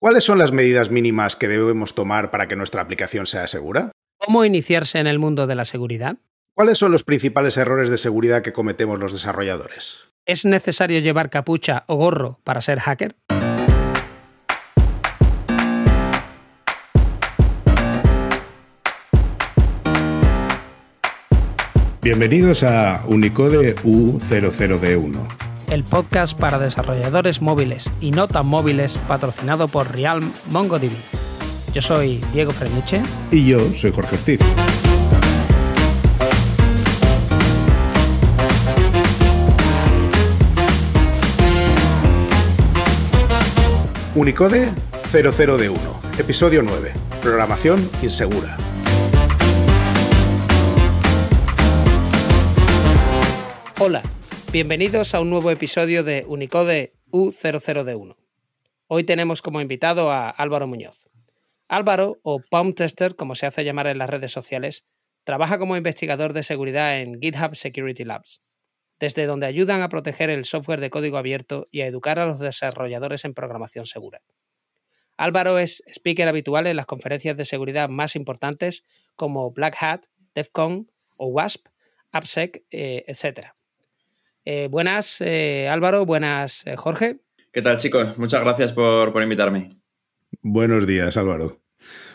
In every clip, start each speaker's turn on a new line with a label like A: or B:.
A: ¿Cuáles son las medidas mínimas que debemos tomar para que nuestra aplicación sea segura?
B: ¿Cómo iniciarse en el mundo de la seguridad?
A: ¿Cuáles son los principales errores de seguridad que cometemos los desarrolladores?
B: ¿Es necesario llevar capucha o gorro para ser hacker?
A: Bienvenidos a Unicode U00D1.
B: El podcast para desarrolladores móviles y no tan móviles, patrocinado por Realm MongoDB. Yo soy Diego Freniche.
A: Y yo soy Jorge Ortiz. Unicode 00D1, episodio 9, programación insegura.
B: Hola, bienvenidos a un nuevo episodio de Unicode U00D1. Hoy tenemos como invitado a Álvaro Muñoz. Álvaro, o Pump Tester, como se hace llamar en las redes sociales, trabaja como investigador de seguridad en GitHub Security Labs, desde donde ayudan a proteger el software de código abierto y a educar a los desarrolladores en programación segura. Álvaro es speaker habitual en las conferencias de seguridad más importantes como Black Hat, DEF CON o WASP, AppSec, etc. Buenas, Álvaro. Buenas, Jorge.
C: ¿Qué tal, chicos? Muchas gracias por invitarme.
A: Buenos días, Álvaro.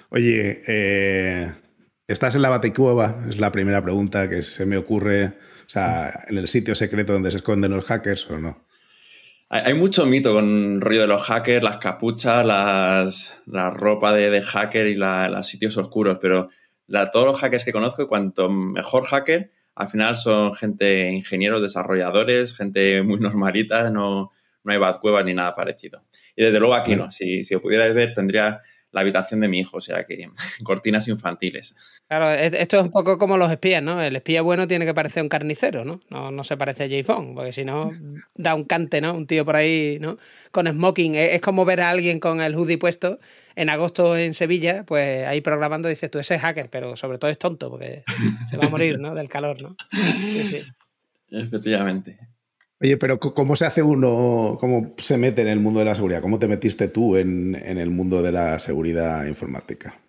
A: Oye, ¿estás en la Baticueva? Es la primera pregunta que se me ocurre. O sea, ¿en el sitio secreto donde se esconden los hackers o no?
C: Hay mucho mito con el rollo de los hackers, las capuchas, la ropa de hacker y los sitios oscuros, pero todos los hackers que conozco, cuanto mejor hacker, al final son gente, ingenieros, desarrolladores, gente muy normalita, no hay Batcuevas ni nada parecido. Y desde luego aquí no. Si lo pudierais ver, tendría la habitación de mi hijo, o sea que cortinas infantiles.
B: Claro, esto es un poco como los espías, ¿no? El espía bueno tiene que parecer un carnicero, ¿no? No se parece a James Bond, porque si no da un cante, ¿no? Un tío por ahí, ¿no? Con smoking. Es como ver a alguien con el hoodie puesto en agosto en Sevilla, pues ahí programando, dices tú, ese es hacker, pero sobre todo es tonto, porque se va a morir, ¿no? Del calor, ¿no? Sí.
C: Efectivamente.
A: Oye, pero ¿cómo se hace uno, cómo se mete en el mundo de la seguridad? ¿Cómo te metiste tú en el mundo de la seguridad informática?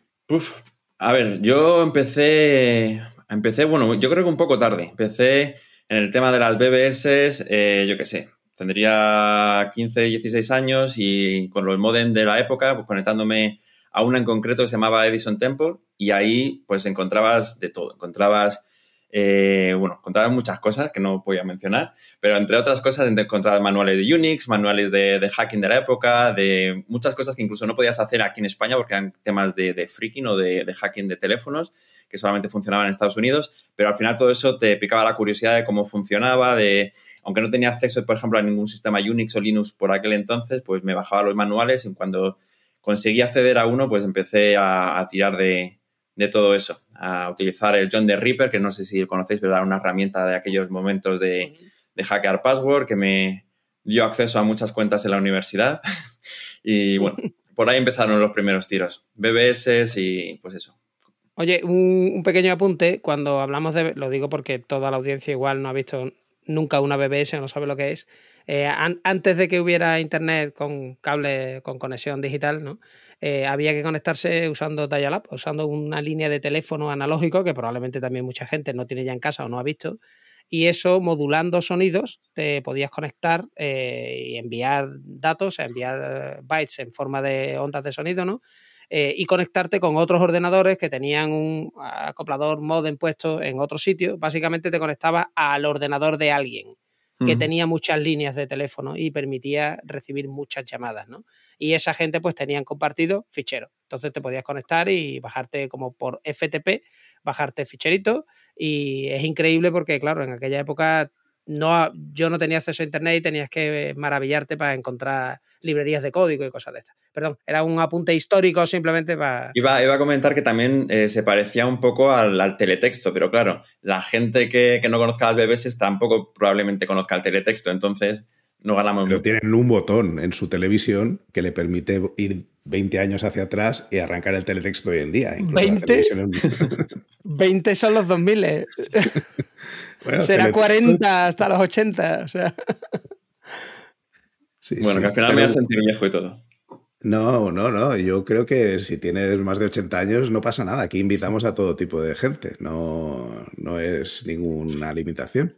C: A ver, yo empecé, bueno, yo creo que un poco tarde. Empecé en el tema de las BBS, yo qué sé, tendría 15, 16 años y con los modems de la época, pues conectándome a una en concreto que se llamaba Edison Temple y ahí pues encontrabas de todo. Encontrabas muchas cosas que no voy a mencionar, pero entre otras cosas encontrabas manuales de Unix, manuales de hacking de la época, de muchas cosas que incluso no podías hacer aquí en España porque eran temas de phreaking o de hacking de teléfonos que solamente funcionaban en Estados Unidos, pero al final todo eso te picaba la curiosidad de cómo funcionaba, aunque no tenía acceso, por ejemplo, a ningún sistema Unix o Linux por aquel entonces, pues me bajaba los manuales y cuando conseguí acceder a uno, pues empecé a tirar de todo eso, a utilizar el John the Ripper, que no sé si lo conocéis, pero era una herramienta de aquellos momentos de hackear password que me dio acceso a muchas cuentas en la universidad. Y bueno, por ahí empezaron los primeros tiros. BBS y pues eso.
B: Oye, un pequeño apunte, cuando hablamos de... Lo digo porque toda la audiencia igual no ha visto nunca una BBS o no sabe lo que es. Antes de que hubiera internet con cable, con conexión digital, ¿no? Había que conectarse usando dial-up, usando una línea de teléfono analógico que probablemente también mucha gente no tiene ya en casa o no ha visto, y eso modulando sonidos te podías conectar y enviar datos, enviar bytes en forma de ondas de sonido, ¿no? Y conectarte con otros ordenadores que tenían un acoplador modem puesto en otro sitio. Básicamente te conectabas al ordenador de alguien que tenía muchas líneas de teléfono y permitía recibir muchas llamadas, ¿no? Y esa gente pues tenían compartido ficheros. Entonces te podías conectar y bajarte como por FTP, bajarte ficheritos, y es increíble porque, claro, en aquella época yo no tenía acceso a internet y tenías que maravillarte para encontrar librerías de código y cosas de estas. Perdón, era un apunte histórico simplemente para...
C: Iba a comentar que también se parecía un poco al teletexto, pero claro, la gente que no conozca las BBS tampoco probablemente conozca el teletexto, entonces no ganamos mucho.
A: Pero tienen un botón en su televisión que le permite ir 20 años hacia atrás y arrancar el teletexto hoy en día.
B: ¿20? 20 son los 2000. Bueno, será 40 hasta los 80. O sea.
C: Sí, bueno, sí, que al final me voy a sentir viejo y todo.
A: No. Yo creo que si tienes más de 80 años no pasa nada. Aquí invitamos a todo tipo de gente. No es ninguna limitación.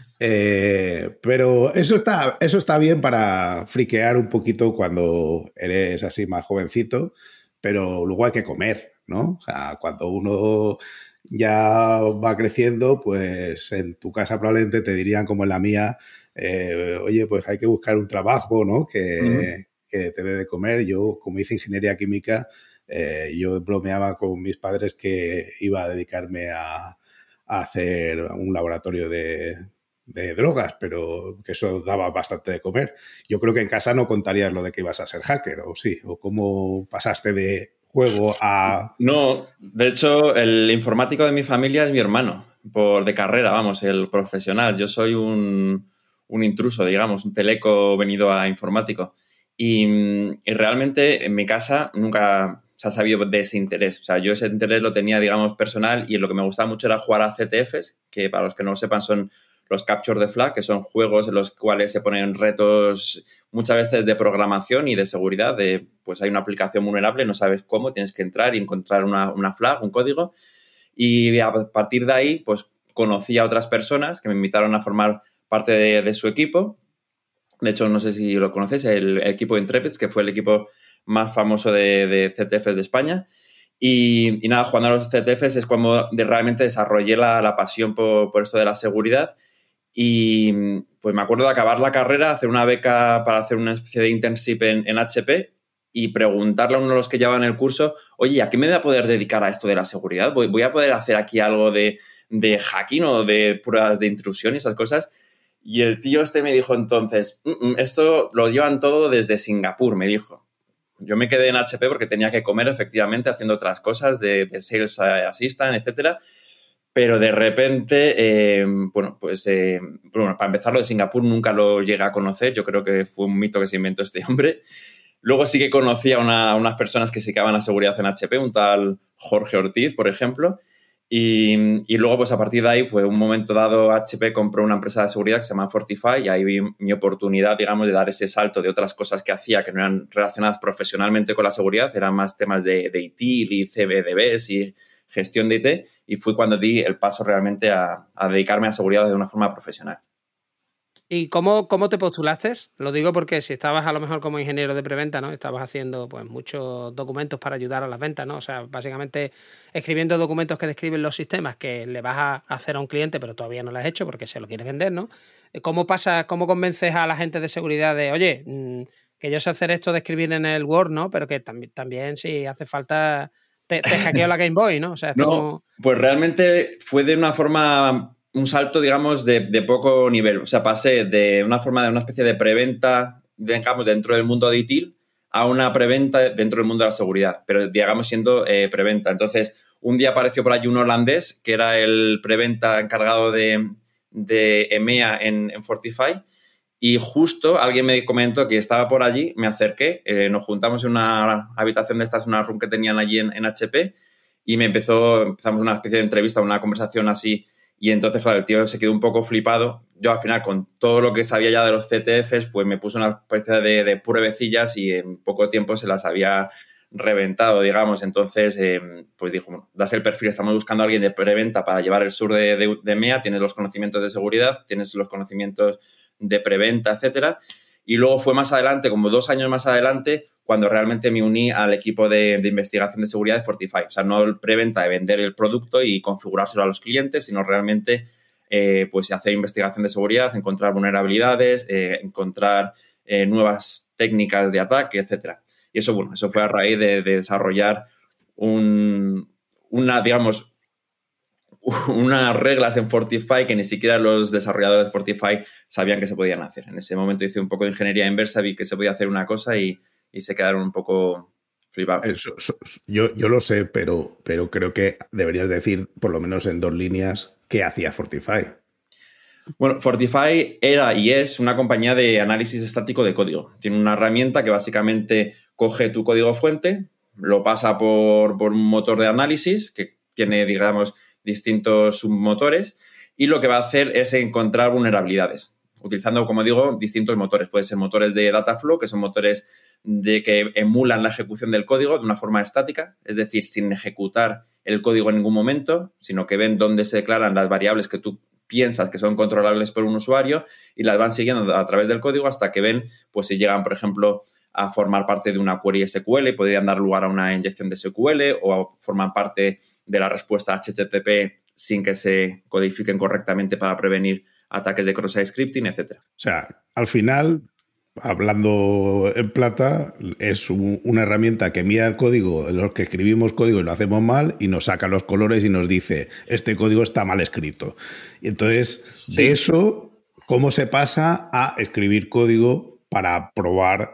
A: Pero eso está bien para friquear un poquito cuando eres así más jovencito, pero luego hay que comer, ¿no? O sea, cuando uno ya va creciendo, pues en tu casa probablemente te dirían como en la mía, oye, pues hay que buscar un trabajo, ¿no? Que te dé de comer. Yo, como hice ingeniería química, yo bromeaba con mis padres que iba a dedicarme a hacer un laboratorio de drogas, pero que eso daba bastante de comer. Yo creo que en casa no contarías lo de que ibas a ser hacker, ¿o sí? ¿O cómo pasaste de juego a...?
C: No, de hecho, el informático de mi familia es mi hermano, de carrera, vamos, el profesional. Yo soy un intruso, digamos, un teleco venido a informático. Y realmente en mi casa nunca se ha sabido de ese interés. O sea, yo ese interés lo tenía, digamos, personal, y lo que me gustaba mucho era jugar a CTFs, que para los que no lo sepan son los Capture the Flag, que son juegos en los cuales se ponen retos muchas veces de programación y de seguridad, pues hay una aplicación vulnerable, no sabes cómo, tienes que entrar y encontrar una flag, un código, y a partir de ahí, pues conocí a otras personas que me invitaron a formar parte de su equipo. De hecho, no sé si lo conoces, el equipo de Intrepids, que fue el equipo más famoso de CTFs de España. Y nada, jugando a los CTFs es cuando realmente desarrollé la pasión por esto de la seguridad. Y pues me acuerdo de acabar la carrera, hacer una beca para hacer una especie de internship en HP y preguntarle a uno de los que llevaban el curso, oye, ¿a qué me voy a poder dedicar a esto de la seguridad? ¿Voy a poder hacer aquí algo de hacking o de pruebas de intrusión y esas cosas? Y el tío me dijo entonces, esto lo llevan todo desde Singapur, me dijo. Yo me quedé en HP porque tenía que comer efectivamente haciendo otras cosas de Sales Assistant, etcétera. Pero de repente, bueno, para empezar, lo de Singapur nunca lo llegué a conocer. Yo creo que fue un mito que se inventó este hombre. Luego sí que conocí a unas personas que se dedicaban a seguridad en HP, un tal Jorge Ortiz, por ejemplo. Y luego, pues a partir de ahí, pues un momento dado, HP compró una empresa de seguridad que se llama Fortify, y ahí vi mi oportunidad, digamos, de dar ese salto de otras cosas que hacía que no eran relacionadas profesionalmente con la seguridad, eran más temas de ITIL y CBDBs y gestión de IT, y fui cuando di el paso realmente a dedicarme a seguridad de una forma profesional.
B: ¿Y cómo te postulaste? Lo digo porque si estabas a lo mejor como ingeniero de preventa, ¿no? Estabas haciendo pues muchos documentos para ayudar a las ventas, ¿no? O sea, básicamente escribiendo documentos que describen los sistemas que le vas a hacer a un cliente, pero todavía no lo has hecho porque se lo quieres vender, ¿no? ¿Cómo convences a la gente de seguridad de, oye, que yo sé hacer esto de escribir en el Word, ¿no? Pero que también si hace falta te hackeo la Game Boy, ¿no? O sea,
C: no, pues realmente fue de una forma, un salto, digamos, de poco nivel. O sea, pasé de una forma de una especie de preventa, digamos, dentro del mundo de ITIL a una preventa dentro del mundo de la seguridad, pero digamos siendo preventa. Entonces, un día apareció por allí un holandés que era el preventa encargado de EMEA en Fortify, y justo alguien me comentó que estaba por allí, me acerqué, nos juntamos en una habitación de estas, una room que tenían allí en HP, y empezamos una especie de entrevista, una conversación así, y entonces, claro, el tío se quedó un poco flipado. Yo, al final, con todo lo que sabía ya de los CTFs, pues me puse una especie de pruebecillas y en poco tiempo se las había reventado, digamos. Entonces, pues dijo, bueno, das el perfil, estamos buscando a alguien de preventa para llevar el sur de MEA, tienes los conocimientos de seguridad, tienes los conocimientos de preventa, etcétera. Y luego fue más adelante, como 2 años más adelante, cuando realmente me uní al equipo de investigación de seguridad de Fortify. O sea, no el preventa de vender el producto y configurárselo a los clientes, sino realmente pues hacer investigación de seguridad, encontrar vulnerabilidades, encontrar nuevas técnicas de ataque, etcétera. Y eso, bueno, eso fue a raíz de desarrollar digamos, unas reglas en Fortify que ni siquiera los desarrolladores de Fortify sabían que se podían hacer. En ese momento hice un poco de ingeniería inversa, vi que se podía hacer una cosa y se quedaron un poco flipados.
A: Yo lo sé, pero creo que deberías decir, por lo menos en 2 líneas, qué hacía Fortify.
C: Bueno, Fortify era y es una compañía de análisis estático de código. Tiene una herramienta que básicamente coge tu código fuente, lo pasa por un motor de análisis que tiene, digamos, distintos submotores, y lo que va a hacer es encontrar vulnerabilidades. utilizando, como digo, distintos motores. Pueden ser motores de Dataflow, que son motores que emulan la ejecución del código de una forma estática, es decir, sin ejecutar el código en ningún momento, sino que ven dónde se declaran las variables que tú piensas que son controlables por un usuario y las van siguiendo a través del código hasta que ven, pues si llegan, por ejemplo, a formar parte de una query SQL y podrían dar lugar a una inyección de SQL o forman parte de la respuesta HTTP sin que se codifiquen correctamente para prevenir ataques de cross-site scripting, etc.
A: O sea, al final, hablando en plata, es una herramienta que mira el código, los que escribimos código y lo hacemos mal, y nos saca los colores y nos dice, este código está mal escrito. Y entonces, sí, de eso, ¿cómo se pasa a escribir código para probar,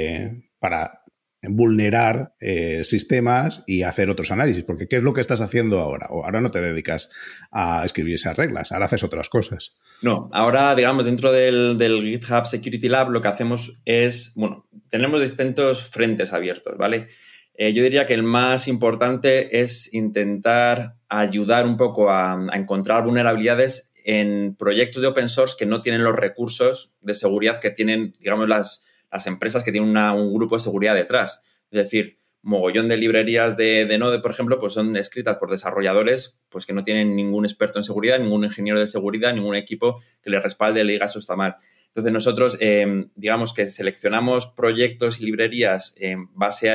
A: para vulnerar sistemas y hacer otros análisis? Porque ¿qué es lo que estás haciendo ahora? O ahora no te dedicas a escribir esas reglas, ahora haces otras cosas.
C: No, ahora, digamos, dentro del GitHub Security Lab lo que hacemos es, bueno, tenemos distintos frentes abiertos, ¿vale? Yo diría que el más importante es intentar ayudar un poco a encontrar vulnerabilidades en proyectos de open source que no tienen los recursos de seguridad que tienen, digamos, las empresas que tienen un grupo de seguridad detrás. Es decir, mogollón de librerías de Node, por ejemplo, pues son escritas por desarrolladores pues que no tienen ningún experto en seguridad, ningún ingeniero de seguridad, ningún equipo que les respalde y le diga eso está mal. Entonces nosotros, digamos que seleccionamos proyectos y librerías en base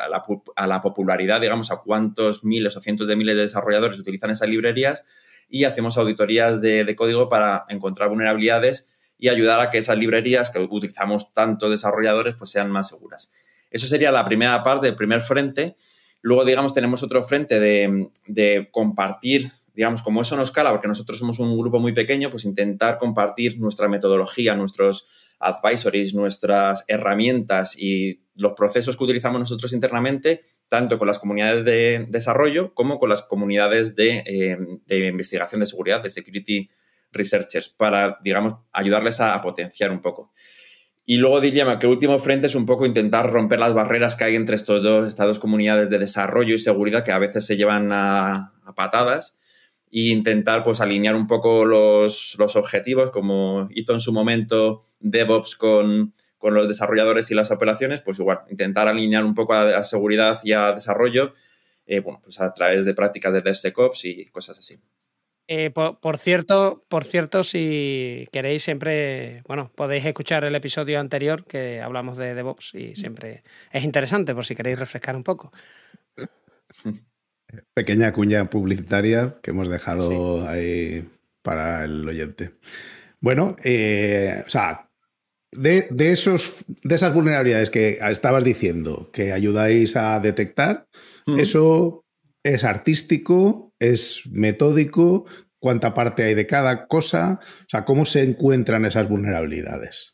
C: a la popularidad, digamos, a cuántos miles o cientos de miles de desarrolladores utilizan esas librerías y hacemos auditorías de código para encontrar vulnerabilidades y ayudar a que esas librerías que utilizamos tanto desarrolladores pues sean más seguras. Eso sería la primera parte, el primer frente. Luego, digamos, tenemos otro frente de compartir, digamos, como eso no escala, porque nosotros somos un grupo muy pequeño, pues intentar compartir nuestra metodología, nuestros advisories, nuestras herramientas y los procesos que utilizamos nosotros internamente, tanto con las comunidades de desarrollo como con las comunidades de investigación de seguridad, de security researchers, para, digamos, ayudarles a potenciar un poco. Y luego diría que el último frente es un poco intentar romper las barreras que hay entre estas dos comunidades de desarrollo y seguridad que a veces se llevan a patadas e intentar pues alinear un poco los objetivos, como hizo en su momento DevOps con los desarrolladores y las operaciones, pues igual, intentar alinear un poco a seguridad y a desarrollo, bueno, pues a través de prácticas de DevSecOps y cosas así.
B: Por cierto, si queréis siempre, bueno, podéis escuchar el episodio anterior que hablamos de DevOps y siempre es interesante por si queréis refrescar un poco.
A: Pequeña cuña publicitaria que hemos dejado ahí para el oyente. Bueno, o sea, de esas vulnerabilidades que estabas diciendo que ayudáis a detectar, eso es artístico, es metódico, cuánta parte hay de cada cosa, o sea, ¿cómo se encuentran esas vulnerabilidades?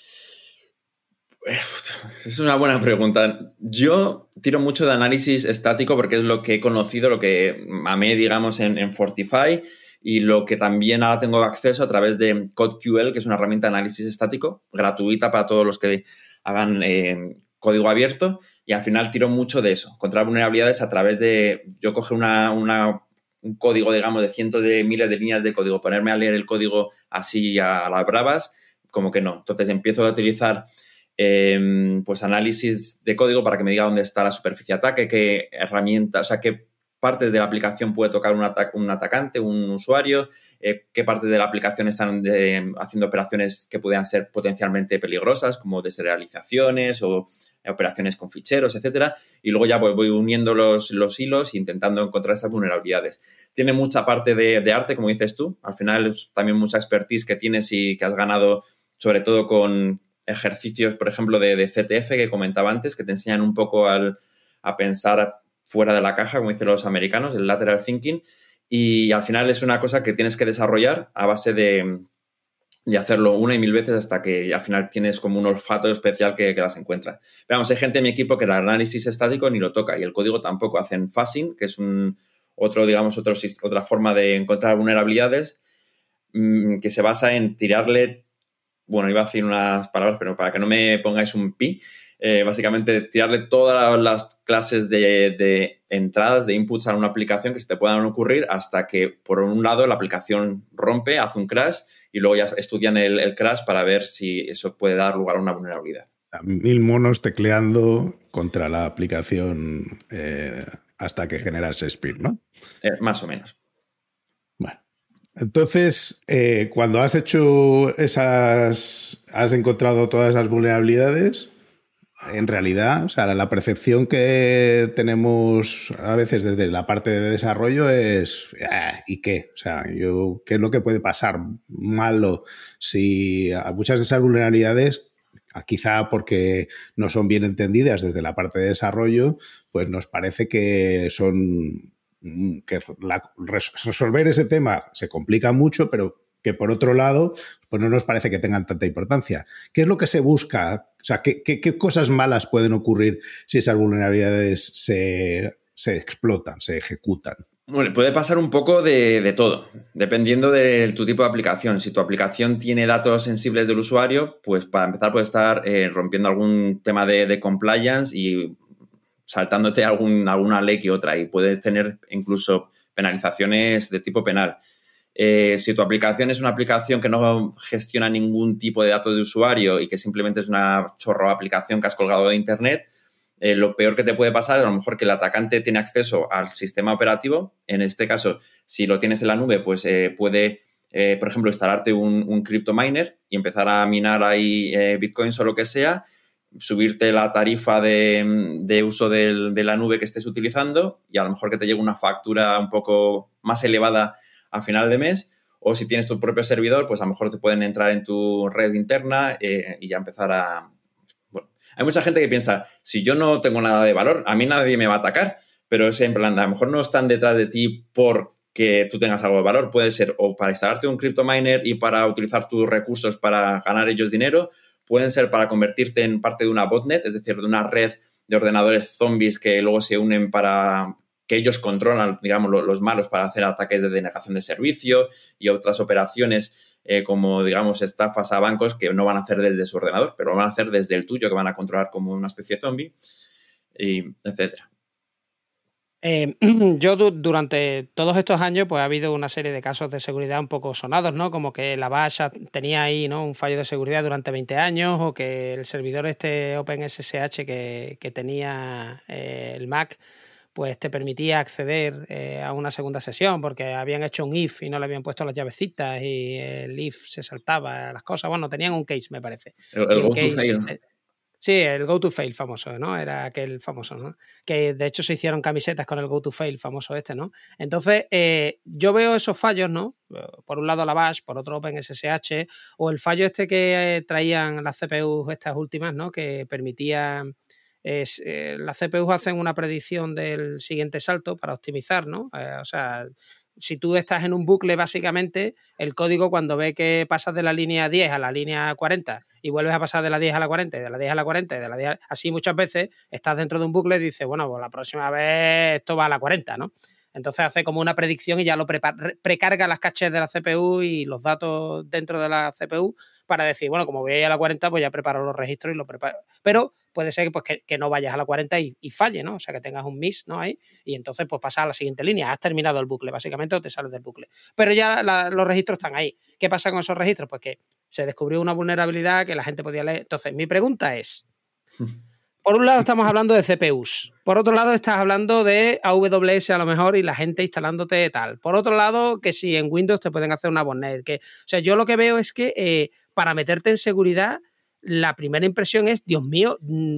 C: Es una buena pregunta. Yo tiro mucho de análisis estático porque es lo que he conocido, lo que amé, digamos, en Fortify y lo que también ahora tengo acceso a través de CodeQL, que es una herramienta de análisis estático gratuita para todos los que hagan código abierto, y al final tiro mucho de eso, encontrar vulnerabilidades a través de, yo coge un código, digamos, de cientos de miles de líneas de código, ponerme a leer el código así a las bravas, como que no. Entonces empiezo a utilizar pues análisis de código para que me diga dónde está la superficie de ataque, qué herramientas, o sea, qué partes de la aplicación puede tocar un atacante, un usuario, qué partes de la aplicación están haciendo operaciones que puedan ser potencialmente peligrosas, como deserializaciones o operaciones con ficheros, etcétera. Y luego ya voy uniendo los hilos e intentando encontrar esas vulnerabilidades. Tiene mucha parte de arte, como dices tú. Al final es también mucha expertise que tienes y que has ganado, sobre todo con ejercicios, por ejemplo, de CTF que comentaba antes, que te enseñan un poco a pensar fuera de la caja, como dicen los americanos, el lateral thinking, y al final es una cosa que tienes que desarrollar a base de hacerlo una y mil veces hasta que al final tienes como un olfato especial que las encuentras. Pero vamos, hay gente en mi equipo que el análisis estático ni lo toca y el código tampoco. Hacen fuzzing, que es otra forma de encontrar vulnerabilidades que se basa en tirarle, bueno, iba a decir unas palabras, pero para que no me pongáis un pi, básicamente tirarle todas las clases de entradas, de inputs a una aplicación que se te puedan ocurrir hasta que, por un lado, la aplicación rompe, hace un crash y luego ya estudian el crash para ver si eso puede dar lugar a una vulnerabilidad.
A: 1000 monos tecleando contra la aplicación hasta que generas Spear, ¿no?
C: Más o menos.
A: Bueno. Entonces, cuando has hecho has encontrado todas esas vulnerabilidades, en realidad, o sea, la percepción que tenemos a veces desde la parte de desarrollo es ¿y qué? O sea, ¿qué es lo que puede pasar malo si a muchas de esas vulnerabilidades, quizá porque no son bien entendidas desde la parte de desarrollo, pues nos parece que resolver ese tema se complica mucho, pero que por otro lado, pues no nos parece que tengan tanta importancia. ¿Qué es lo que se busca? O sea, ¿qué cosas malas pueden ocurrir si esas vulnerabilidades se explotan, se ejecutan?
C: Bueno, puede pasar un poco de todo, dependiendo de tu tipo de aplicación. Si tu aplicación tiene datos sensibles del usuario, pues para empezar puede estar rompiendo algún tema de compliance y saltándote alguna ley que otra, y puedes tener incluso penalizaciones de tipo penal. Si tu aplicación es una aplicación que no gestiona ningún tipo de datos de usuario y que simplemente es una chorro aplicación que has colgado de internet, lo peor que te puede pasar es a lo mejor que el atacante tiene acceso al sistema operativo. En este caso, si lo tienes en la nube, pues puede, por ejemplo, instalarte un CryptoMiner y empezar a minar ahí bitcoins o lo que sea, subirte la tarifa de uso de la nube que estés utilizando y a lo mejor que te llegue una factura un poco más elevada a final de mes. O si tienes tu propio servidor, pues a lo mejor te pueden entrar en tu red interna y ya empezar a... Bueno, hay mucha gente que piensa, si yo no tengo nada de valor, a mí nadie me va a atacar, pero es en plan, a lo mejor no están detrás de ti porque tú tengas algo de valor. Puede ser o para instalarte un CryptoMiner y para utilizar tus recursos para ganar ellos dinero, pueden ser para convertirte en parte de una botnet, es decir, de una red de ordenadores zombies que luego se unen para que ellos controlan, digamos, los malos para hacer ataques de denegación de servicio y otras operaciones como, digamos, estafas a bancos que no van a hacer desde su ordenador, pero lo van a hacer desde el tuyo, que van a controlar como una especie de zombie, y etcétera.
B: Yo durante todos estos años pues ha habido una serie de casos de seguridad un poco sonados, ¿no? Como que la Bash tenía ahí, ¿no?, un fallo de seguridad durante 20 años, o que el servidor OpenSSH que tenía el Mac pues te permitía acceder a una segunda sesión porque habían hecho un if y no le habían puesto las llavecitas y el if se saltaba las cosas. Bueno, tenían un case, me parece.
C: El go to fail.
B: Sí, el Go to Fail famoso, ¿no? Era aquel famoso, ¿no? Que de hecho se hicieron camisetas con el Go to Fail famoso ¿no? Entonces, yo veo esos fallos, ¿no? Por un lado la Bash, por otro OpenSSH, o el fallo que traían las CPUs estas últimas, ¿no? Que permitían... las CPUs hacen una predicción del siguiente salto para optimizar, ¿no? O sea, si tú estás en un bucle, básicamente, el código cuando ve que pasas de la línea 10 a la línea 40 y vuelves a pasar de la 10 a la 40, de la 10 a la 40, de la 10 así muchas veces, estás dentro de un bucle y dices, bueno, pues la próxima vez esto va a la 40, ¿no? Entonces hace como una predicción y ya lo precarga las caches de la CPU y los datos dentro de la CPU para decir, bueno, como voy a ir a la 40, pues ya preparo los registros y lo preparo. Pero puede ser que no vayas a la 40 y falle, ¿no? O sea, que tengas un miss, ¿no? Ahí, y entonces pues pasas a la siguiente línea. Has terminado el bucle, básicamente, o te sales del bucle. Pero ya los registros están ahí. ¿Qué pasa con esos registros? Pues que se descubrió una vulnerabilidad que la gente podía leer. Entonces, mi pregunta es... Por un lado estamos hablando de CPUs, por otro lado estás hablando de AWS a lo mejor y la gente instalándote tal. Por otro lado, que si en Windows te pueden hacer una botnet. O sea, yo lo que veo es que para meterte en seguridad, la primera impresión es, Dios mío,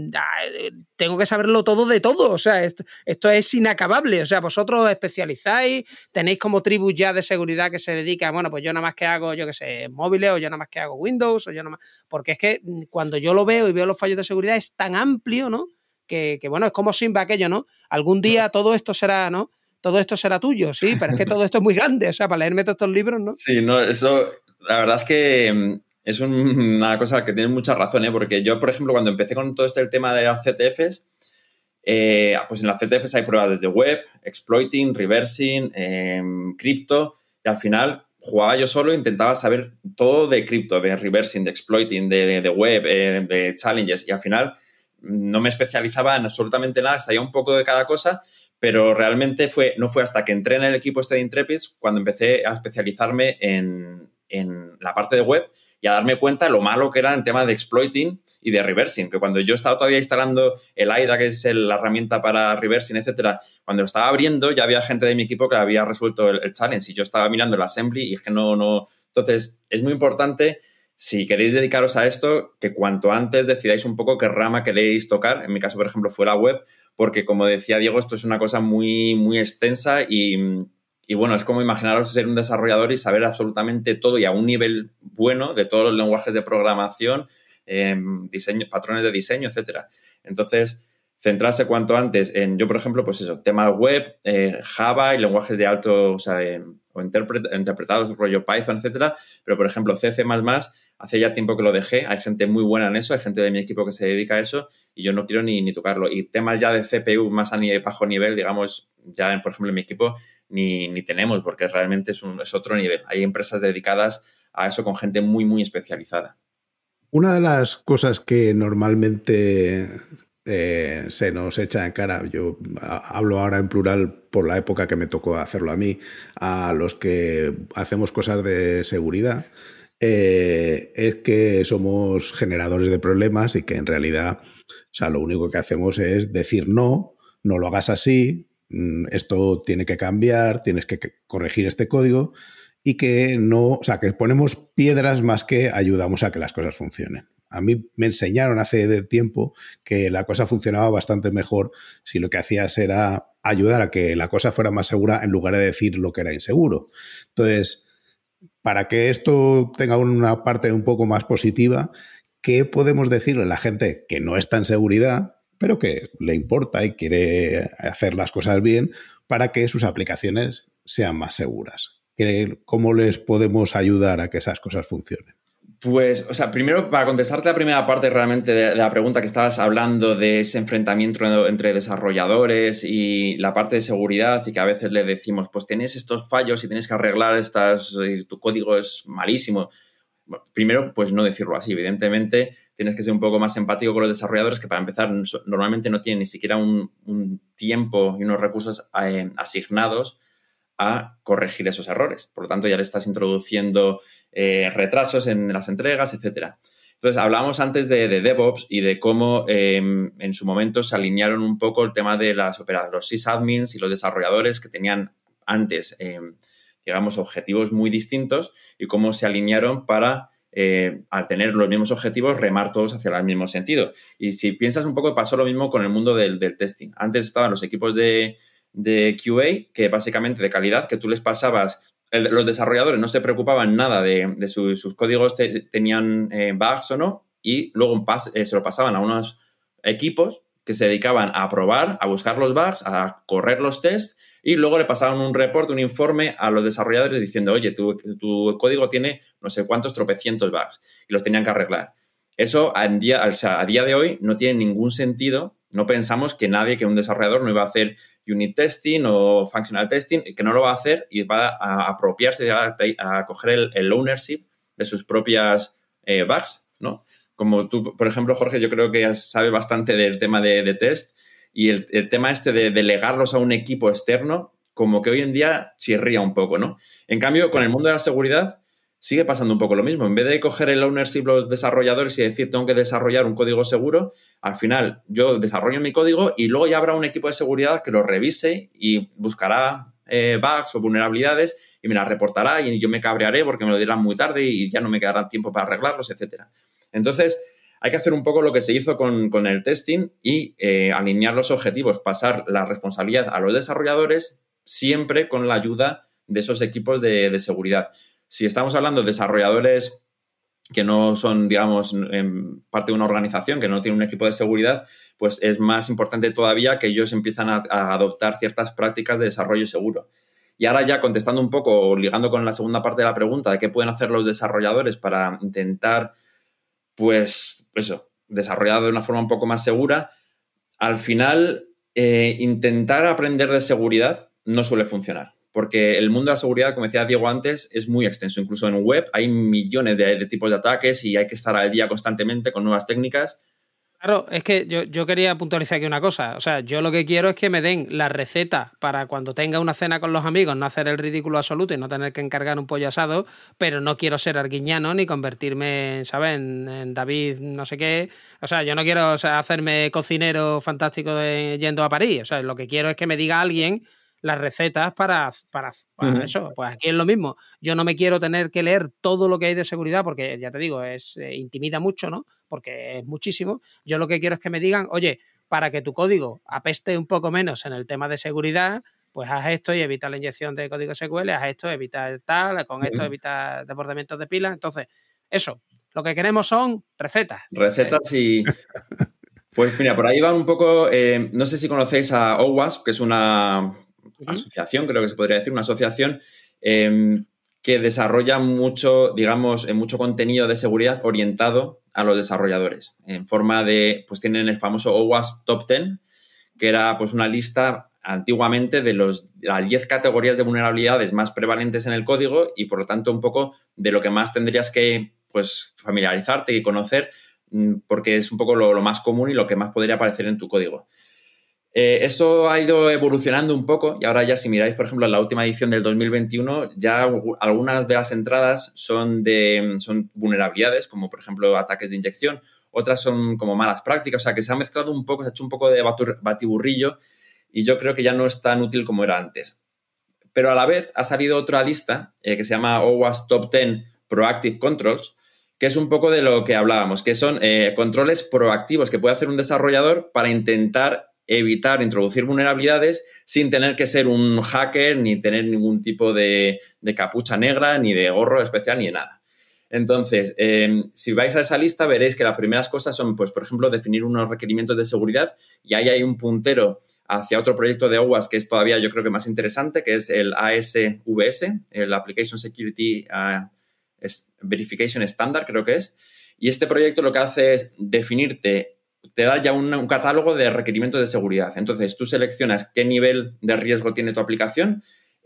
B: tengo que saberlo todo de todo. O sea, esto es inacabable. O sea, vosotros os especializáis, tenéis como tribus ya de seguridad que se dedican, bueno, pues yo nada más que hago, yo qué sé, móviles, o yo nada más que hago Windows, o yo nada más... Porque es que cuando yo lo veo y veo los fallos de seguridad es tan amplio, ¿no? Que bueno, es como Simba aquello, ¿no? Algún día todo esto será, ¿no? Todo esto será tuyo, sí, pero es que todo esto es muy grande, o sea, para leerme todos estos libros, ¿no?
C: Sí, no, eso, la verdad es que es una cosa que tiene mucha razón, ¿eh? Porque yo, por ejemplo, cuando empecé con todo el tema de las CTFs, pues en las CTFs hay pruebas desde web, exploiting, reversing, cripto, y al final jugaba yo solo e intentaba saber todo de cripto, de reversing, de exploiting, de web, de challenges, y al final no me especializaba en absolutamente nada, sabía un poco de cada cosa, pero realmente no fue hasta que entré en el equipo de Intrepids cuando empecé a especializarme en la parte de web y a darme cuenta de lo malo que era en tema de exploiting y de reversing, que cuando yo estaba todavía instalando el AIDA, que es la herramienta para reversing, etcétera, cuando lo estaba abriendo ya había gente de mi equipo que había resuelto el challenge y yo estaba mirando el assembly y es que no... Entonces, es muy importante, si queréis dedicaros a esto, que cuanto antes decidáis un poco qué rama queréis tocar. En mi caso, por ejemplo, fue la web, porque como decía Diego, esto es una cosa muy, muy extensa y bueno, es como imaginaros ser un desarrollador y saber absolutamente todo y a un nivel bueno de todos los lenguajes de programación, diseño, patrones de diseño, etcétera. Entonces, centrarse cuanto antes en, yo por ejemplo, pues eso, temas web, Java y lenguajes de alto, o sea, o interpretados, rollo Python, etcétera. Pero, por ejemplo, C++, hace ya tiempo que lo dejé. Hay gente muy buena en eso, hay gente de mi equipo que se dedica a eso y yo no quiero ni tocarlo. Y temas ya de CPU más a bajo nivel, digamos, ya, por ejemplo, en mi equipo ni tenemos, porque realmente es otro nivel. Hay empresas dedicadas a eso con gente muy, muy especializada.
A: Una de las cosas que normalmente se nos echa en cara, yo hablo ahora en plural por la época que me tocó hacerlo a mí, a los que hacemos cosas de seguridad, es que somos generadores de problemas y que en realidad, o sea, lo único que hacemos es decir no lo hagas así, esto tiene que cambiar, tienes que corregir este código y que no, o sea, que ponemos piedras más que ayudamos a que las cosas funcionen. A mí me enseñaron hace tiempo que la cosa funcionaba bastante mejor si lo que hacías era ayudar a que la cosa fuera más segura en lugar de decir lo que era inseguro. Entonces, para que esto tenga una parte un poco más positiva, ¿qué podemos decirle a la gente que no está en seguridad, pero que le importa y quiere hacer las cosas bien para que sus aplicaciones sean más seguras? ¿Cómo les podemos ayudar a que esas cosas funcionen?
C: Pues, o sea, primero, para contestarte la primera parte realmente de la pregunta que estabas hablando de ese enfrentamiento entre desarrolladores y la parte de seguridad y que a veces le decimos, pues tienes estos fallos y tienes que arreglar tu código es malísimo. Bueno, primero, pues no decirlo así. Evidentemente, tienes que ser un poco más empático con los desarrolladores que para empezar normalmente no tienen ni siquiera un tiempo y unos recursos asignados a corregir esos errores. Por lo tanto, ya le estás introduciendo retrasos en las entregas, etcétera. Entonces, hablábamos antes de DevOps y de cómo en su momento se alinearon un poco el tema de los sysadmins y los desarrolladores que tenían antes, digamos, objetivos muy distintos y cómo se alinearon para, al tener los mismos objetivos, remar todos hacia el mismo sentido. Y si piensas un poco, pasó lo mismo con el mundo del testing. Antes estaban los equipos de QA, que básicamente de calidad, que tú les pasabas, los desarrolladores no se preocupaban nada de sus códigos tenían bugs o no, y luego se lo pasaban a unos equipos que se dedicaban a probar, a buscar los bugs, a correr los tests, y luego le pasaban un reporte, un informe a los desarrolladores diciendo, oye, tu código tiene no sé cuántos tropecientos bugs, y los tenían que arreglar. Eso a día de hoy no tiene ningún sentido. No pensamos que un desarrollador no iba a hacer unit testing o functional testing, que no lo va a hacer y va a apropiarse, a coger el ownership de sus propias bugs, ¿no? Como tú, por ejemplo, Jorge, yo creo que sabes bastante del tema de test y el tema este de delegarlos a un equipo externo, como que hoy en día chirría un poco, ¿no? En cambio, con el mundo de la seguridad sigue pasando un poco lo mismo. En vez de coger el ownership los desarrolladores y decir tengo que desarrollar un código seguro, al final yo desarrollo mi código y luego ya habrá un equipo de seguridad que lo revise y buscará bugs o vulnerabilidades y me las reportará y yo me cabrearé porque me lo dirán muy tarde y ya no me quedará tiempo para arreglarlos, etcétera. Entonces, hay que hacer un poco lo que se hizo con el testing y alinear los objetivos, pasar la responsabilidad a los desarrolladores siempre con la ayuda de esos equipos de seguridad. Si estamos hablando de desarrolladores que no son, digamos, parte de una organización, que no tiene un equipo de seguridad, pues es más importante todavía que ellos empiezan a adoptar ciertas prácticas de desarrollo seguro. Y ahora ya contestando un poco, ligando con la segunda parte de la pregunta de qué pueden hacer los desarrolladores para intentar, pues, eso, desarrollar de una forma un poco más segura, al final, intentar aprender de seguridad no suele funcionar. Porque el mundo de la seguridad, como decía Diego antes, es muy extenso. Incluso en web hay millones de tipos de ataques y hay que estar al día constantemente con nuevas técnicas.
B: Claro, es que yo quería puntualizar aquí una cosa. O sea, yo lo que quiero es que me den la receta para cuando tenga una cena con los amigos, no hacer el ridículo absoluto y no tener que encargar un pollo asado, pero no quiero ser arguiñano ni convertirme, ¿sabes?, en David no sé qué. O sea, yo no quiero, o sea, hacerme cocinero fantástico yendo a París. O sea, lo que quiero es que me diga alguien las recetas para eso. Pues aquí es lo mismo. Yo no me quiero tener que leer todo lo que hay de seguridad porque, ya te digo, intimida mucho, ¿no? Porque es muchísimo. Yo lo que quiero es que me digan, oye, para que tu código apeste un poco menos en el tema de seguridad, pues haz esto y evita la inyección de código SQL, haz esto, evita el tal, con esto evita desbordamientos de pilas. Entonces, eso, lo que queremos son recetas.
C: Recetas y... Pues mira, por ahí va un poco, no sé si conocéis a OWASP, que es una asociación, creo que se podría decir, una asociación que desarrolla mucho, digamos, mucho contenido de seguridad orientado a los desarrolladores. En forma de, pues tienen el famoso OWASP Top 10, que era pues una lista antiguamente de las 10 categorías de vulnerabilidades más prevalentes en el código y, por lo tanto, un poco de lo que más tendrías que pues, familiarizarte y conocer, porque es un poco lo más común y lo que más podría aparecer en tu código. Esto ha ido evolucionando un poco y ahora ya si miráis, por ejemplo, en la última edición del 2021, ya algunas de las entradas son vulnerabilidades, como por ejemplo ataques de inyección, otras son como malas prácticas, o sea que se ha mezclado un poco, se ha hecho un poco de batiburrillo y yo creo que ya no es tan útil como era antes. Pero a la vez ha salido otra lista que se llama OWASP Top 10 Proactive Controls, que es un poco de lo que hablábamos, que son controles proactivos que puede hacer un desarrollador para intentar evitar introducir vulnerabilidades sin tener que ser un hacker ni tener ningún tipo de capucha negra, ni de gorro especial, ni de nada. Entonces, si vais a esa lista veréis que las primeras cosas son, pues, por ejemplo, definir unos requerimientos de seguridad y ahí hay un puntero hacia otro proyecto de OWASP que es todavía, yo creo que más interesante, que es el ASVS, el Application Security Verification Standard, creo que es. Y este proyecto lo que hace es definirte, te da ya un catálogo de requerimientos de seguridad. Entonces, tú seleccionas qué nivel de riesgo tiene tu aplicación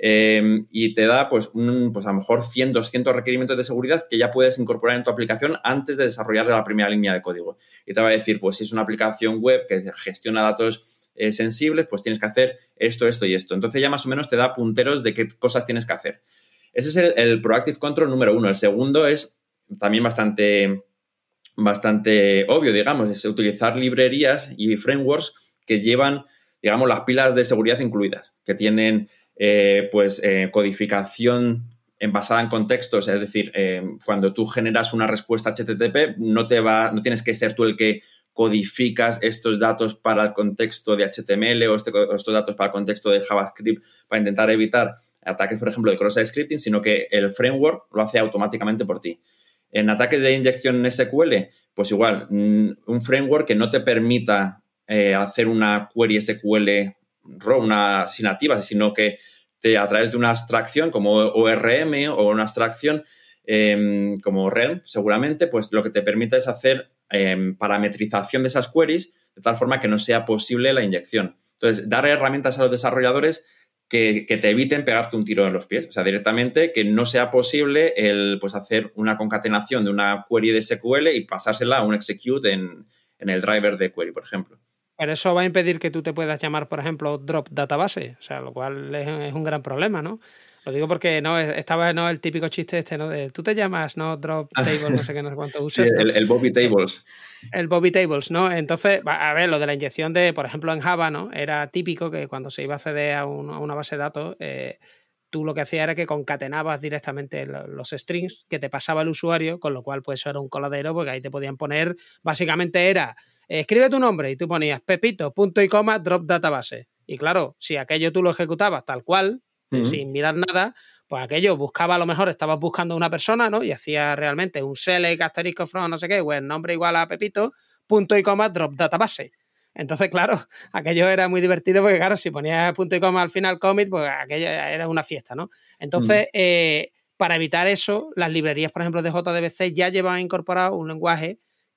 C: y te da, pues, pues a lo mejor 100, 200 requerimientos de seguridad que ya puedes incorporar en tu aplicación antes de desarrollar la primera línea de código. Y te va a decir, pues, si es una aplicación web que gestiona datos sensibles, pues tienes que hacer esto, esto y esto. Entonces, ya más o menos te da punteros de qué cosas tienes que hacer. Ese es el Proactive Control número 1. El segundo es también bastante obvio, digamos, es utilizar librerías y frameworks que llevan, digamos, las pilas de seguridad incluidas, que tienen, codificación basada en contextos, es decir, cuando tú generas una respuesta HTTP, no tienes que ser tú el que codificas estos datos para el contexto de HTML o estos datos para el contexto de JavaScript para intentar evitar ataques, por ejemplo, de cross-site scripting, sino que el framework lo hace automáticamente por ti. En ataques de inyección en SQL, pues igual, un framework que no te permita hacer una query SQL raw, sin nativa, sino que a través de una abstracción como ORM o una abstracción como Realm, seguramente, pues lo que te permite es hacer parametrización de esas queries de tal forma que no sea posible la inyección. Entonces, dar herramientas a los desarrolladores que te eviten pegarte un tiro en los pies. O sea, directamente que no sea posible pues hacer una concatenación de una query de SQL y pasársela a un execute en el driver de query, por ejemplo.
B: Pero eso va a impedir que tú te puedas llamar, por ejemplo, drop database, o sea, lo cual es un gran problema, ¿no? Lo digo porque estaba el típico chiste ¿no? De tú te llamas, ¿no? Drop table, no sé qué, no sé cuánto usas.
C: Sí,
B: ¿no?
C: el Bobby Tables.
B: El Bobby Tables, ¿no? Entonces, a ver, lo de la inyección de, por ejemplo, en Java, ¿no? Era típico que cuando se iba a acceder a una base de datos, tú lo que hacías era que concatenabas directamente los strings que te pasaba el usuario, con lo cual pues eso era un coladero porque ahí te podían poner, básicamente era, escribe tu nombre y tú ponías pepito, punto y coma, drop database. Y claro, si aquello tú lo ejecutabas tal cual, sin mirar nada, pues aquello buscaba, a lo mejor estabas buscando una persona, ¿no? Y hacía realmente un select asterisco from no sé qué, pues nombre igual a pepito, punto y coma, drop database. Entonces, claro, aquello era muy divertido porque, claro, si ponías punto y coma al final commit, pues aquello era una fiesta, ¿no? Entonces, para evitar eso, las librerías, por ejemplo, de JDBC ya llevan incorporado un lenguaje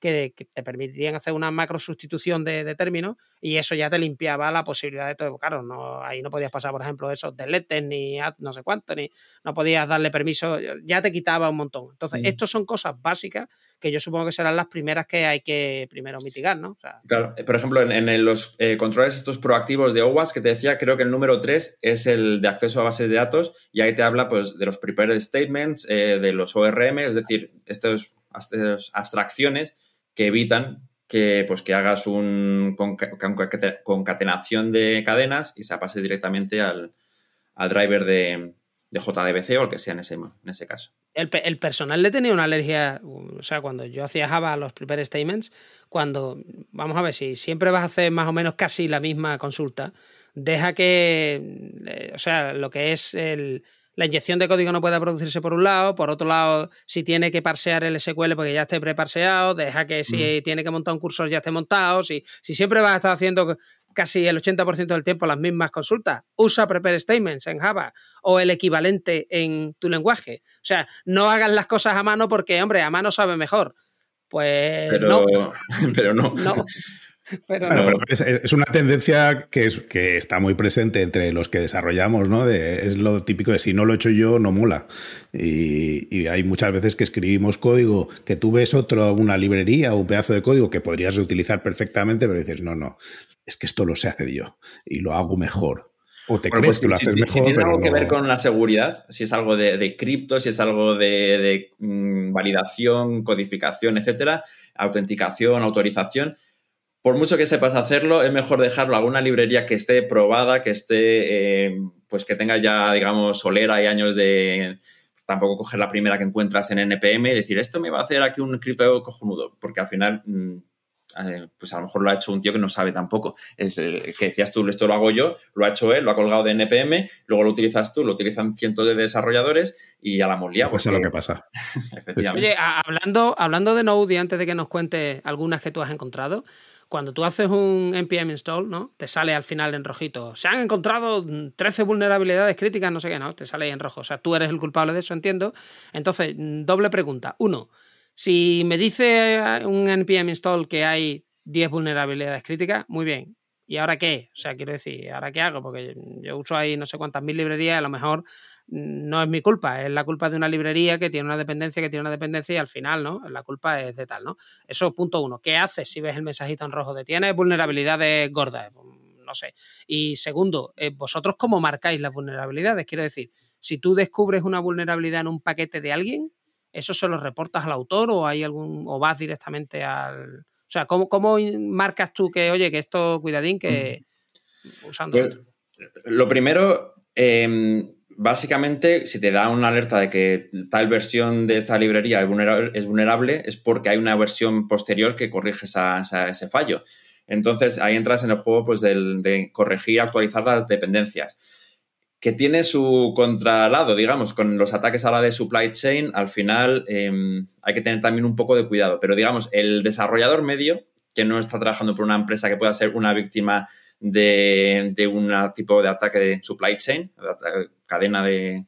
B: que te permitían hacer una macro sustitución de términos y eso ya te limpiaba la posibilidad de todo. Claro, ahí no podías pasar, por ejemplo, esos deletes ni no sé cuánto, ni no podías darle permiso, ya te quitaba un montón. Entonces, estos son cosas básicas que yo supongo que serán las primeras que hay que primero mitigar, ¿no? O sea,
C: claro, por ejemplo, en los controles estos proactivos de OWASP que te decía, creo que el número 3 es el de acceso a bases de datos y ahí te habla pues, de los prepared statements, de los ORM, es decir, estas abstracciones que evitan que hagas un concatenación de cadenas y se pase directamente al driver de JDBC o el que sea en ese caso.
B: El personal le tenía una alergia, o sea, cuando yo hacía Java los prepared statements, vamos a ver, si siempre vas a hacer más o menos casi la misma consulta, deja que, o sea, lo que es la inyección de código no pueda producirse por un lado, por otro lado, si tiene que parsear el SQL porque ya esté preparseado, deja que si tiene que montar un cursor ya esté montado, si siempre vas a estar haciendo casi el 80% del tiempo las mismas consultas, usa prepared statements en Java o el equivalente en tu lenguaje. O sea, no hagas las cosas a mano porque, hombre, a mano sabe mejor. Pues
C: pero no.
A: Pero es una tendencia que está muy presente entre los que desarrollamos, ¿no? Es lo típico de si no lo he hecho yo, no mola. Y hay muchas veces que escribimos código que tú ves una librería o un pedazo de código que podrías reutilizar perfectamente, pero dices, no, es que esto lo sé hacer yo y lo hago mejor. O te crees que lo haces mejor.
C: Si tiene algo que ver con la seguridad, si es algo de cripto, si es algo de validación, codificación, etcétera, autenticación, autorización, por mucho que sepas hacerlo, es mejor dejarlo a alguna librería que esté probada, que esté, pues que tenga ya, digamos, solera y años de... Tampoco coger la primera que encuentras en NPM y decir, esto me va a hacer aquí un cripto cojonudo, porque al final... pues a lo mejor lo ha hecho un tío que no sabe tampoco. Es que decías tú, esto lo hago yo, lo ha hecho él, lo ha colgado de NPM, luego lo utilizas tú, lo utilizan cientos de desarrolladores y ya la hemos liado.
A: Pues es lo que pasa.
B: Efectivamente. Oye, hablando de Node y antes de que nos cuentes algunas que tú has encontrado, cuando tú haces un npm install, ¿no? Te sale al final en rojito. Se han encontrado 13 vulnerabilidades críticas, no sé qué, ¿no? Te sale ahí en rojo. O sea, tú eres el culpable de eso, entiendo. Entonces, doble pregunta. Uno, si me dice un npm install que hay 10 vulnerabilidades críticas, muy bien. ¿Y ahora qué? O sea, quiero decir, ¿ahora qué hago? Porque yo uso ahí no sé cuántas mil librerías, a lo mejor no es mi culpa, es la culpa de una librería que tiene una dependencia y al final, ¿no? La culpa es de tal, ¿no? Eso, punto uno. ¿Qué haces si ves el mensajito en rojo de tienes vulnerabilidades gordas? No sé. Y segundo, ¿vosotros cómo marcáis las vulnerabilidades? Quiero decir, si tú descubres una vulnerabilidad en un paquete de alguien, ¿eso se lo reportas al autor o vas directamente al... O sea, ¿cómo marcas tú que, oye, que esto, cuidadín, que usando
C: pues,
B: esto?
C: Lo primero, básicamente, si te da una alerta de que tal versión de esta librería es vulnerable, es porque hay una versión posterior que corrige ese fallo. Entonces, ahí entras en el juego pues, de corregir, actualizar las dependencias. Que tiene su contralado, digamos, con los ataques a la de supply chain, al final hay que tener también un poco de cuidado. Pero, digamos, el desarrollador medio, que no está trabajando por una empresa que pueda ser una víctima de un tipo de ataque de supply chain, cadena de...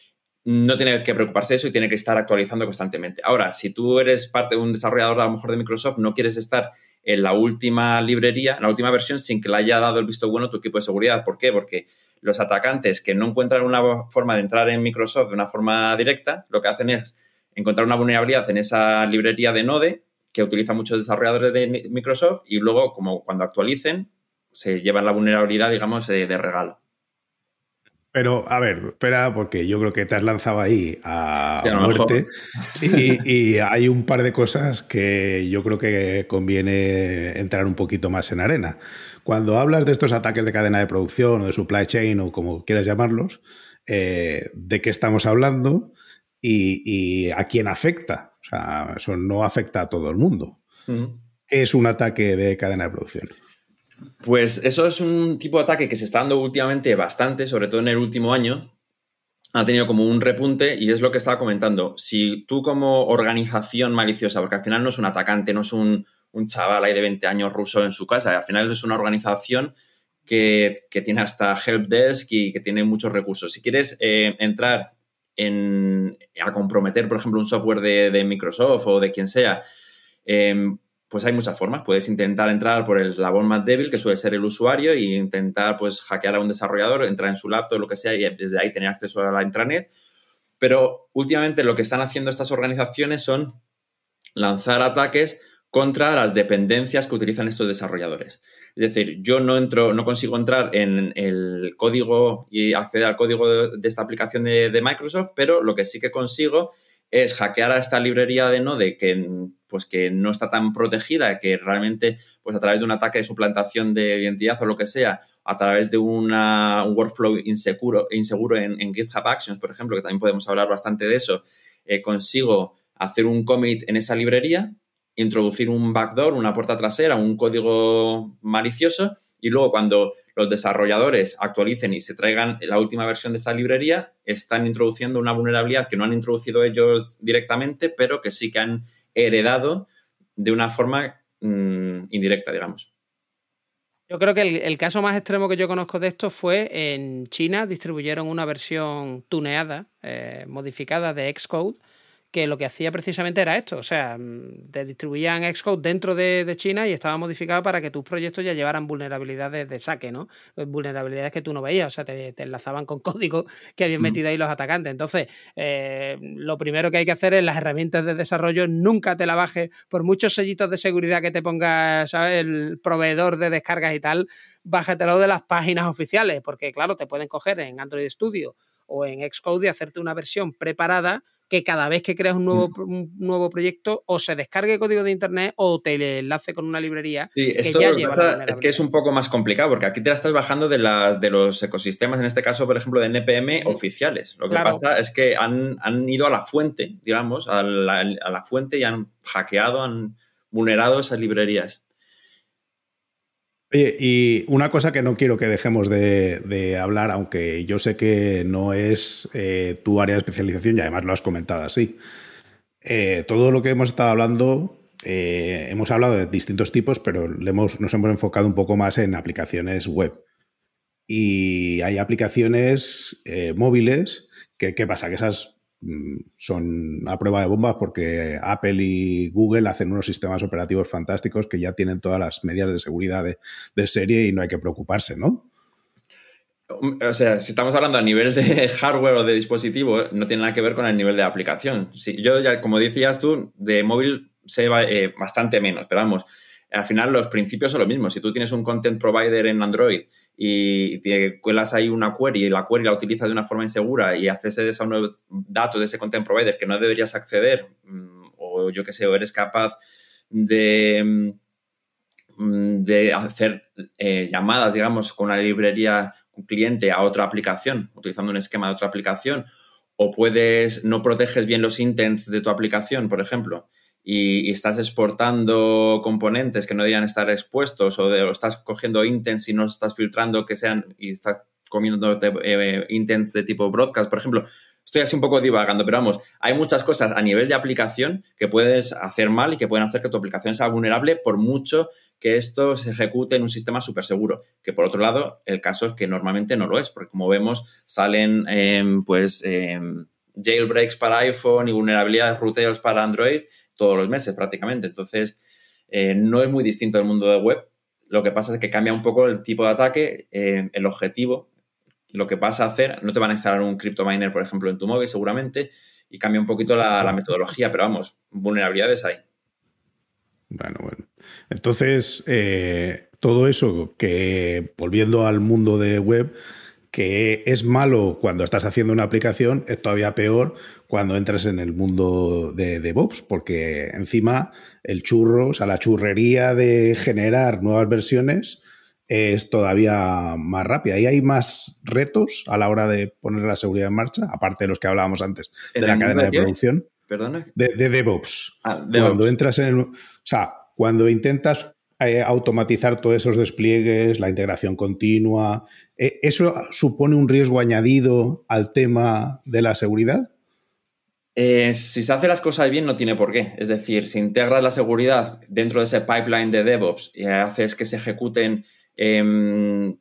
C: No tiene que preocuparse de eso y tiene que estar actualizando constantemente. Ahora, si tú eres parte de un desarrollador, a lo mejor de Microsoft, no quieres estar en la última librería, en la última versión, sin que le haya dado el visto bueno a tu equipo de seguridad. ¿Por qué? Porque los atacantes que no encuentran una forma de entrar en Microsoft de una forma directa, lo que hacen es encontrar una vulnerabilidad en esa librería de Node que utilizan muchos desarrolladores de Microsoft y luego, como cuando actualicen, se llevan la vulnerabilidad, digamos, de regalo.
A: Pero, a ver, espera, porque yo creo que te has lanzado ahí a muerte y hay un par de cosas que yo creo que conviene entrar un poquito más en arena. Cuando hablas de estos ataques de cadena de producción o de supply chain o como quieras llamarlos, ¿de qué estamos hablando y a quién afecta? O sea, eso no afecta a todo el mundo. ¿Qué es un ataque de cadena de producción?
C: Pues eso es un tipo de ataque que se está dando últimamente bastante, sobre todo en el último año. Ha tenido como un repunte y es lo que estaba comentando. Si tú como organización maliciosa, porque al final no es un atacante, no es un chaval ahí de 20 años ruso en su casa, al final es una organización que tiene hasta helpdesk y que tiene muchos recursos. Si quieres entrar a comprometer, por ejemplo, un software de Microsoft o de quien sea, pues hay muchas formas. Puedes intentar entrar por el eslabón más débil, que suele ser el usuario, e intentar pues hackear a un desarrollador, entrar en su laptop, lo que sea, y desde ahí tener acceso a la intranet. Pero últimamente lo que están haciendo estas organizaciones son lanzar ataques contra las dependencias que utilizan estos desarrolladores. Es decir, yo no consigo entrar en el código y acceder al código de esta aplicación de Microsoft, pero lo que sí que consigo es hackear a esta librería de Node que no está tan protegida, que realmente pues a través de un ataque de suplantación de identidad o lo que sea, a través de un workflow inseguro en GitHub Actions, por ejemplo, que también podemos hablar bastante de eso, consigo hacer un commit en esa librería, introducir un backdoor, una puerta trasera, un código malicioso, y luego cuando los desarrolladores actualicen y se traigan la última versión de esa librería, están introduciendo una vulnerabilidad que no han introducido ellos directamente, pero que sí que han heredado de una forma indirecta, digamos.
B: Yo creo que el caso más extremo que yo conozco de esto fue en China. Distribuyeron una versión tuneada, modificada de Xcode, que lo que hacía precisamente era esto. O sea, te distribuían Xcode dentro de China y estaba modificado para que tus proyectos ya llevaran vulnerabilidades de saque, ¿no? Vulnerabilidades que tú no veías. O sea, te enlazaban con código que habían metido ahí los atacantes. Entonces, lo primero que hay que hacer es las herramientas de desarrollo. Nunca te la bajes. Por muchos sellitos de seguridad que te ponga, ¿sabes?, el proveedor de descargas y tal, bájatelo de las páginas oficiales. Porque, claro, te pueden coger en Android Studio o en Xcode y hacerte una versión preparada que cada vez que creas un nuevo proyecto o se descargue código de internet o te enlace con una librería que ya lleva la vulnerabilidad.
C: Es que es un poco más complicado porque aquí te la estás bajando de los ecosistemas, en este caso, por ejemplo, de NPM oficiales. Lo que pasa es que han ido a la fuente, digamos, a la fuente y han hackeado, han vulnerado esas librerías.
A: Oye, y una cosa que no quiero que dejemos de hablar, aunque yo sé que no es tu área de especialización y además lo has comentado así. Todo lo que hemos estado hablando, hemos hablado de distintos tipos, pero nos hemos enfocado un poco más en aplicaciones web. Y hay aplicaciones móviles que, ¿qué pasa? Que esas son a prueba de bombas porque Apple y Google hacen unos sistemas operativos fantásticos que ya tienen todas las medidas de seguridad de serie y no hay que preocuparse, ¿no?
C: O sea, si estamos hablando a nivel de hardware o de dispositivo, no tiene nada que ver con el nivel de aplicación. Sí, yo ya, como decías tú, de móvil sé bastante menos, pero vamos, al final los principios son los mismos. Si tú tienes un content provider en Android y te cuelas ahí una query y la query la utilizas de una forma insegura y accedes a unos datos de ese content provider que no deberías acceder, o yo qué sé, o eres capaz de hacer llamadas, digamos, con una librería, un cliente a otra aplicación, utilizando un esquema de otra aplicación, o no proteges bien los intents de tu aplicación, por ejemplo, y estás exportando componentes que no deberían estar expuestos, o estás cogiendo intents y no estás filtrando que sean, y estás comiendo intents de tipo broadcast, por ejemplo. Estoy así un poco divagando, pero vamos, hay muchas cosas a nivel de aplicación que puedes hacer mal y que pueden hacer que tu aplicación sea vulnerable por mucho que esto se ejecute en un sistema súper seguro. Que por otro lado, el caso es que normalmente no lo es, porque como vemos, salen jailbreaks para iPhone y vulnerabilidades, ruteos para Android todos los meses prácticamente. Entonces, no es muy distinto del mundo de web. Lo que pasa es que cambia un poco el tipo de ataque, el objetivo. Lo que vas a hacer, no te van a instalar un CryptoMiner, por ejemplo, en tu móvil seguramente, y cambia un poquito la metodología, pero vamos, vulnerabilidades hay.
A: Bueno. Entonces, todo eso que, volviendo al mundo de web, que es malo cuando estás haciendo una aplicación, es todavía peor cuando entras en el mundo de DevOps, porque encima el churro, o sea, la churrería de generar nuevas versiones es todavía más rápida. Y hay más retos a la hora de poner la seguridad en marcha, aparte de los que hablábamos antes de la cadena de producción.
C: ¿Perdona?
A: De DevOps.
C: DevOps.
A: Cuando entras en o sea, cuando intentas automatizar todos esos despliegues, la integración continua, ¿eso supone un riesgo añadido al tema de la seguridad?
C: Si se hace las cosas bien, no tiene por qué. Es decir, si integras la seguridad dentro de ese pipeline de DevOps y haces que se ejecuten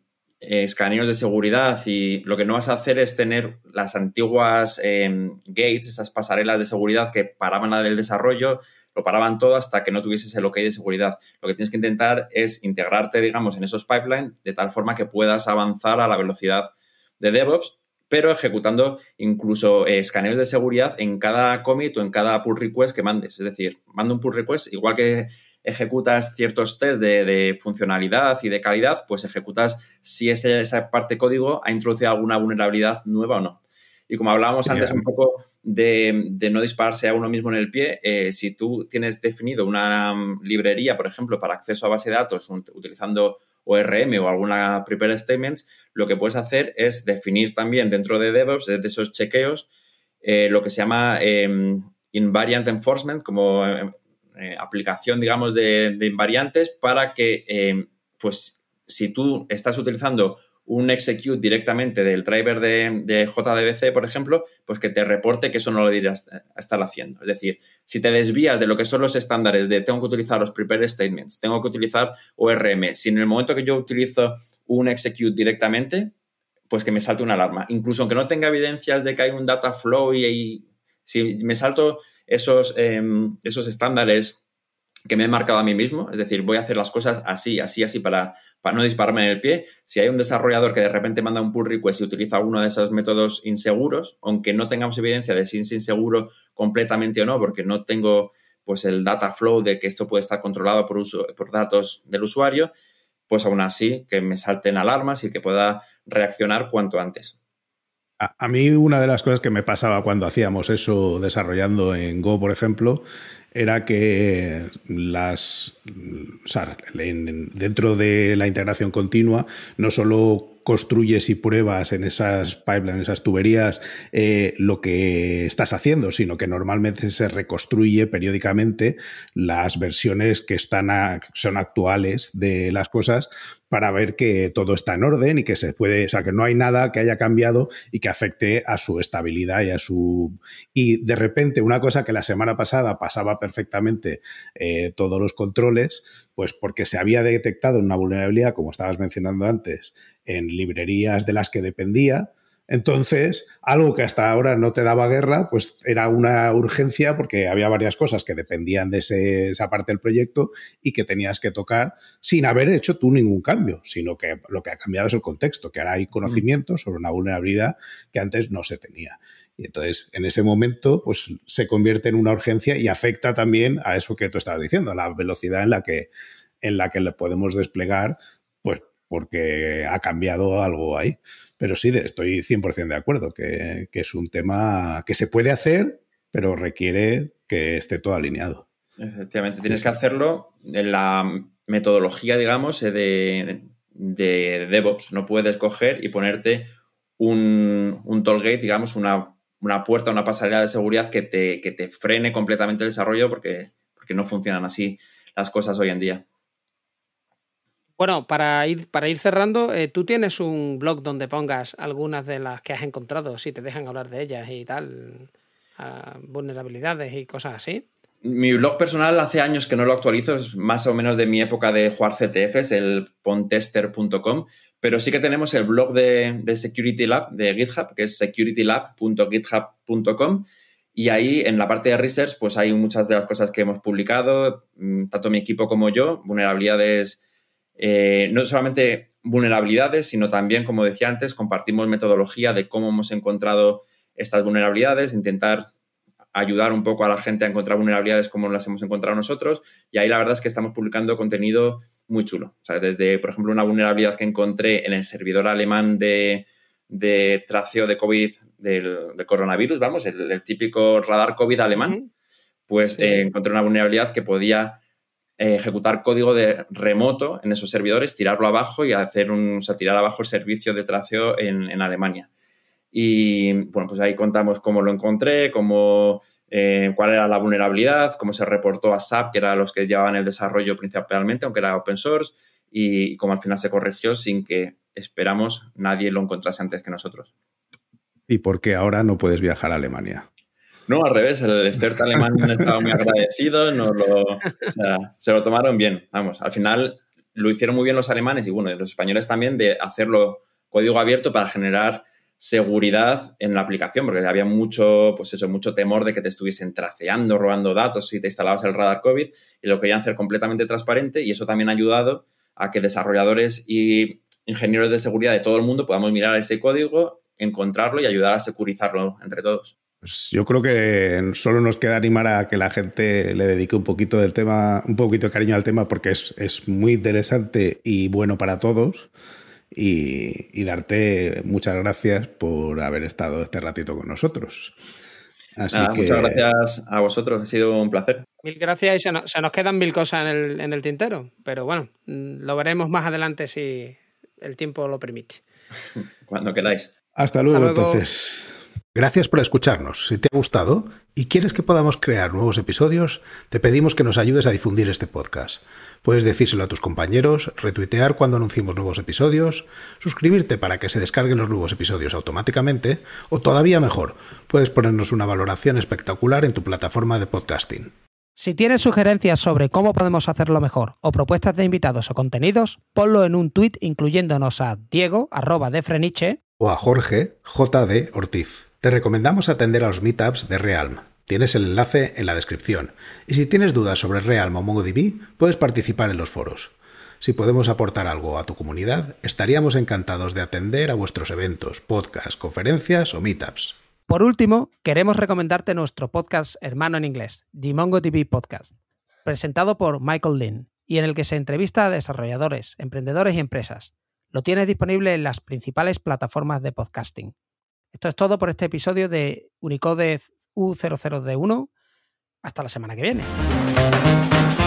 C: escaneos de seguridad y lo que no vas a hacer es tener las antiguas gates, esas pasarelas de seguridad que paraban la del desarrollo, lo paraban todo hasta que no tuvieses el OK de seguridad. Lo que tienes que intentar es integrarte, digamos, en esos pipelines de tal forma que puedas avanzar a la velocidad de DevOps, pero ejecutando incluso escaneos de seguridad en cada commit o en cada pull request que mandes. Es decir, mando un pull request, igual que ejecutas ciertos tests de funcionalidad y de calidad, pues ejecutas si esa parte de código ha introducido alguna vulnerabilidad nueva o no. Y como hablábamos antes un poco de no dispararse a uno mismo en el pie, si tú tienes definido una librería, por ejemplo, para acceso a base de datos utilizando ORM o alguna prepare statements, lo que puedes hacer es definir también dentro de DevOps, de esos chequeos, lo que se llama invariant enforcement, como aplicación, digamos, de invariantes para que, pues, si tú estás utilizando un execute directamente del driver de JDBC, por ejemplo, pues que te reporte que eso no lo deberías estar haciendo. Es decir, si te desvías de lo que son los estándares de tengo que utilizar los prepare statements, tengo que utilizar ORM, si en el momento que yo utilizo un execute directamente, pues que me salte una alarma. Incluso aunque no tenga evidencias de que hay un data flow y si me salto esos estándares que me he marcado a mí mismo, es decir, voy a hacer las cosas así para no dispararme en el pie. Si hay un desarrollador que de repente manda un pull request y utiliza uno de esos métodos inseguros, aunque no tengamos evidencia de si es inseguro completamente o no, porque no tengo pues el data flow de que esto puede estar controlado por datos del usuario, pues aún así que me salten alarmas y que pueda reaccionar cuanto antes.
A: A mí una de las cosas que me pasaba cuando hacíamos eso desarrollando en Go, por ejemplo, era que dentro de la integración continua no solo construyes y pruebas en esas pipelines, en esas tuberías, lo que estás haciendo, sino que normalmente se reconstruye periódicamente las versiones que son actuales de las cosas para ver que todo está en orden y que se puede, o sea, que no hay nada que haya cambiado y que afecte a su estabilidad y a su... Y de repente una cosa que la semana pasada pasaba perfectamente todos los controles, pues porque se había detectado una vulnerabilidad, como estabas mencionando antes, en librerías de las que dependía. Entonces, algo que hasta ahora no te daba guerra, pues era una urgencia porque había varias cosas que dependían de esa parte del proyecto y que tenías que tocar sin haber hecho tú ningún cambio, sino que lo que ha cambiado es el contexto, que ahora hay conocimiento sobre una vulnerabilidad que antes no se tenía. Y entonces, en ese momento, pues se convierte en una urgencia y afecta también a eso que tú estabas diciendo, a la velocidad en la que le podemos desplegar, pues porque ha cambiado algo ahí. Pero sí, estoy 100% de acuerdo que es un tema que se puede hacer, pero requiere que esté todo alineado.
C: Efectivamente, tienes que hacerlo en la metodología, digamos, de DevOps. No puedes coger y ponerte un tollgate, digamos, una puerta, una pasarela de seguridad que te frene completamente el desarrollo porque no funcionan así las cosas hoy en día.
B: Bueno, para ir cerrando, tú tienes un blog donde pongas algunas de las que has encontrado, si te dejan hablar de ellas y tal, vulnerabilidades y cosas así.
C: Mi blog personal hace años que no lo actualizo, es más o menos de mi época de jugar CTFs, el pontester.com, pero sí que tenemos el blog de Security Lab de GitHub, que es securitylab.github.com, y ahí en la parte de research pues hay muchas de las cosas que hemos publicado, tanto mi equipo como yo, vulnerabilidades, no solamente vulnerabilidades, sino también, como decía antes, compartimos metodología de cómo hemos encontrado estas vulnerabilidades, intentar ayudar un poco a la gente a encontrar vulnerabilidades como las hemos encontrado nosotros, y ahí la verdad es que estamos publicando contenido muy chulo. O sea, desde, por ejemplo, una vulnerabilidad que encontré en el servidor alemán de traceo de COVID del coronavirus, vamos, el típico radar COVID alemán, pues sí. Encontré una vulnerabilidad que podía ejecutar código de remoto en esos servidores, tirarlo abajo y tirar abajo el servicio de traceo en Alemania. Y bueno, pues ahí contamos cómo lo encontré, cuál era la vulnerabilidad, cómo se reportó a SAP, que eran los que llevaban el desarrollo principalmente, aunque era open source, y cómo al final se corrigió sin que, esperamos, nadie lo encontrase antes que nosotros.
A: ¿Y por qué ahora no puedes viajar a Alemania?
C: No, al revés, el CERT alemán estaba muy agradecido, se lo tomaron bien. Vamos, al final lo hicieron muy bien los alemanes y bueno, los españoles también, de hacerlo código abierto para generar seguridad en la aplicación, porque había mucho temor de que te estuviesen traceando, robando datos si te instalabas el radar COVID, y lo querían hacer completamente transparente, y eso también ha ayudado a que desarrolladores y ingenieros de seguridad de todo el mundo podamos mirar ese código, encontrarlo y ayudar a securizarlo entre todos.
A: Pues yo creo que solo nos queda animar a que la gente le dedique un poquito del tema, un poquito de cariño al tema, porque es muy interesante y bueno para todos. Y darte muchas gracias por haber estado este ratito con nosotros. Así que...
C: Muchas gracias a vosotros, ha sido un placer.
B: Mil gracias, y se nos quedan 1000 cosas en el tintero, pero bueno, lo veremos más adelante si el tiempo lo permite.
C: Cuando queráis.
A: Hasta luego. Entonces. Gracias por escucharnos. Si te ha gustado y quieres que podamos crear nuevos episodios, te pedimos que nos ayudes a difundir este podcast. Puedes decírselo a tus compañeros, retuitear cuando anunciemos nuevos episodios, suscribirte para que se descarguen los nuevos episodios automáticamente, o todavía mejor, puedes ponernos una valoración espectacular en tu plataforma de podcasting.
B: Si tienes sugerencias sobre cómo podemos hacerlo mejor o propuestas de invitados o contenidos, ponlo en un tuit incluyéndonos a Diego, @defreniche,
A: o a Jorge, JD Ortiz. Te recomendamos atender a los meetups de Realm. Tienes el enlace en la descripción. Y si tienes dudas sobre Realm o MongoDB, puedes participar en los foros. Si podemos aportar algo a tu comunidad, estaríamos encantados de atender a vuestros eventos, podcasts, conferencias o meetups.
B: Por último, queremos recomendarte nuestro podcast hermano en inglés, The MongoDB Podcast, presentado por Michael Lynn, y en el que se entrevista a desarrolladores, emprendedores y empresas. Lo tienes disponible en las principales plataformas de podcasting. Esto es todo por este episodio de Unicode U00D1. Hasta la semana que viene.